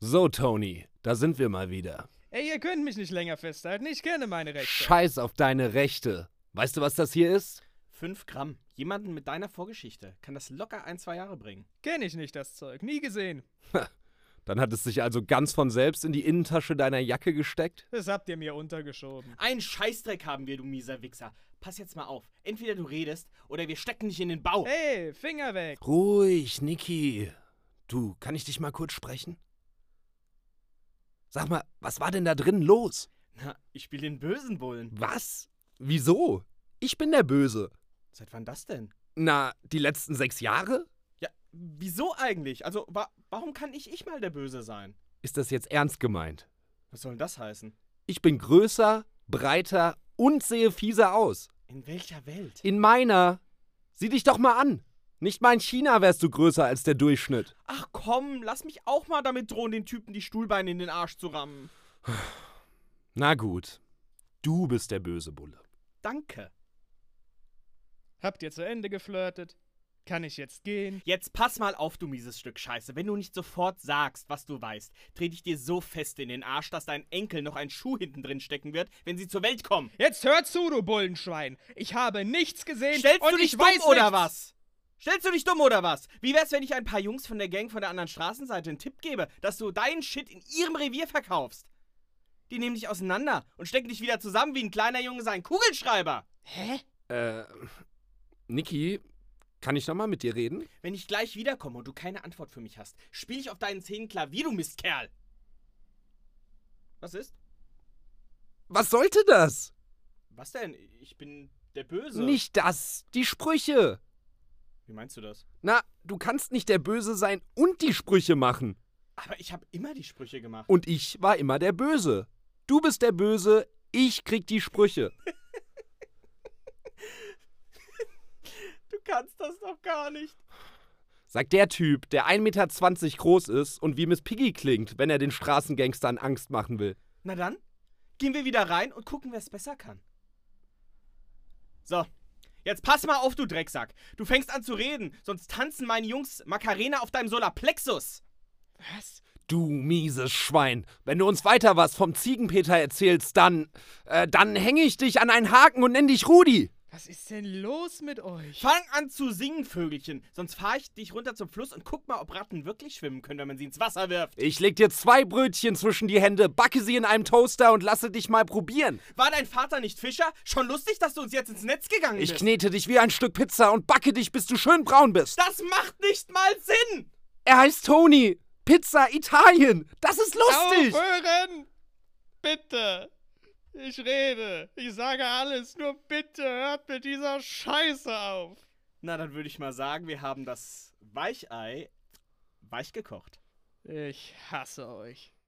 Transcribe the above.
So, Tony, da sind wir mal wieder. Ey, ihr könnt mich nicht länger festhalten. Ich kenne meine Rechte. Scheiß auf deine Rechte. Weißt du, was das hier ist? 5 Gramm. Jemanden mit deiner Vorgeschichte kann das locker 1-2 Jahre bringen. Kenn ich nicht das Zeug. Nie gesehen. Dann hat es sich also ganz von selbst in die Innentasche deiner Jacke gesteckt? Das habt ihr mir untergeschoben. Einen Scheißdreck haben wir, du mieser Wichser. Pass jetzt mal auf. Entweder du redest oder wir stecken dich in den Bau. Ey, Finger weg. Ruhig, Niki. Du, kann ich dich mal kurz sprechen? Sag mal, was war denn da drin los? Na, ich spiele den bösen Bullen. Was? Wieso? Ich bin der Böse. Seit wann das denn? Na, die letzten 6 Jahre? Ja, wieso eigentlich? Also, warum kann ich mal der Böse sein? Ist das jetzt ernst gemeint? Was soll denn das heißen? Ich bin größer, breiter und sehe fieser aus. In welcher Welt? In meiner. Sieh dich doch mal an. Nicht mal in China wärst du größer als der Durchschnitt. Ach komm, lass mich auch mal damit drohen, den Typen die Stuhlbeine in den Arsch zu rammen. Na gut. Du bist der böse Bulle. Danke. Habt ihr zu Ende geflirtet? Kann ich jetzt gehen? Jetzt pass mal auf, du mieses Stück Scheiße. Wenn du nicht sofort sagst, was du weißt, trete ich dir so fest in den Arsch, dass dein Enkel noch einen Schuh hinten drin stecken wird, wenn sie zur Welt kommen. Jetzt hör zu, du Bullenschwein. Ich habe nichts gesehen Stellst und du dich ich dumm weiß oder nichts. was? Stellst du dich dumm oder was? Wie wär's, wenn ich ein paar Jungs von der Gang von der anderen Straßenseite einen Tipp gebe, dass du deinen Shit in ihrem Revier verkaufst? Die nehmen dich auseinander und stecken dich wieder zusammen wie ein kleiner Junge seinen Kugelschreiber. Hä? Niki, kann ich noch mal mit dir reden? Wenn ich gleich wiederkomme und du keine Antwort für mich hast, spiel ich auf deinen Zähnen Klavier, du Mistkerl. Was ist? Was sollte das? Was denn? Ich bin der Böse. Nicht das, die Sprüche. Wie meinst du das? Na, du kannst nicht der Böse sein und die Sprüche machen. Aber ich habe immer die Sprüche gemacht. Und ich war immer der Böse. Du bist der Böse, ich krieg die Sprüche. Du kannst das doch gar nicht. Sagt der Typ, der 1,20 Meter groß ist und wie Miss Piggy klingt, wenn er den Straßengangstern Angst machen will. Na dann, gehen wir wieder rein und gucken, wer es besser kann. So, jetzt pass mal auf, du Drecksack. Du fängst an zu reden, sonst tanzen meine Jungs Macarena auf deinem Solarplexus. Was? Du mieses Schwein, wenn du uns weiter was vom Ziegenpeter erzählst, dann hänge ich dich an einen Haken und nenn dich Rudi. Was ist denn los mit euch? Fang an zu singen, Vögelchen, sonst fahre ich dich runter zum Fluss und guck mal, ob Ratten wirklich schwimmen können, wenn man sie ins Wasser wirft. Ich leg dir 2 Brötchen zwischen die Hände, backe sie in einem Toaster und lasse dich mal probieren. War dein Vater nicht Fischer? Schon lustig, dass du uns jetzt ins Netz gegangen bist. Ich knete dich wie ein Stück Pizza und backe dich, bis du schön braun bist. Das macht nicht mal Sinn! Er heißt Tony. Pizza Italien. Das ist lustig. Aufhören! Bitte! Ich rede. Ich sage alles. Nur bitte hört mit dieser Scheiße auf. Na, dann würde ich mal sagen, wir haben das Weichei weich gekocht. Ich hasse euch.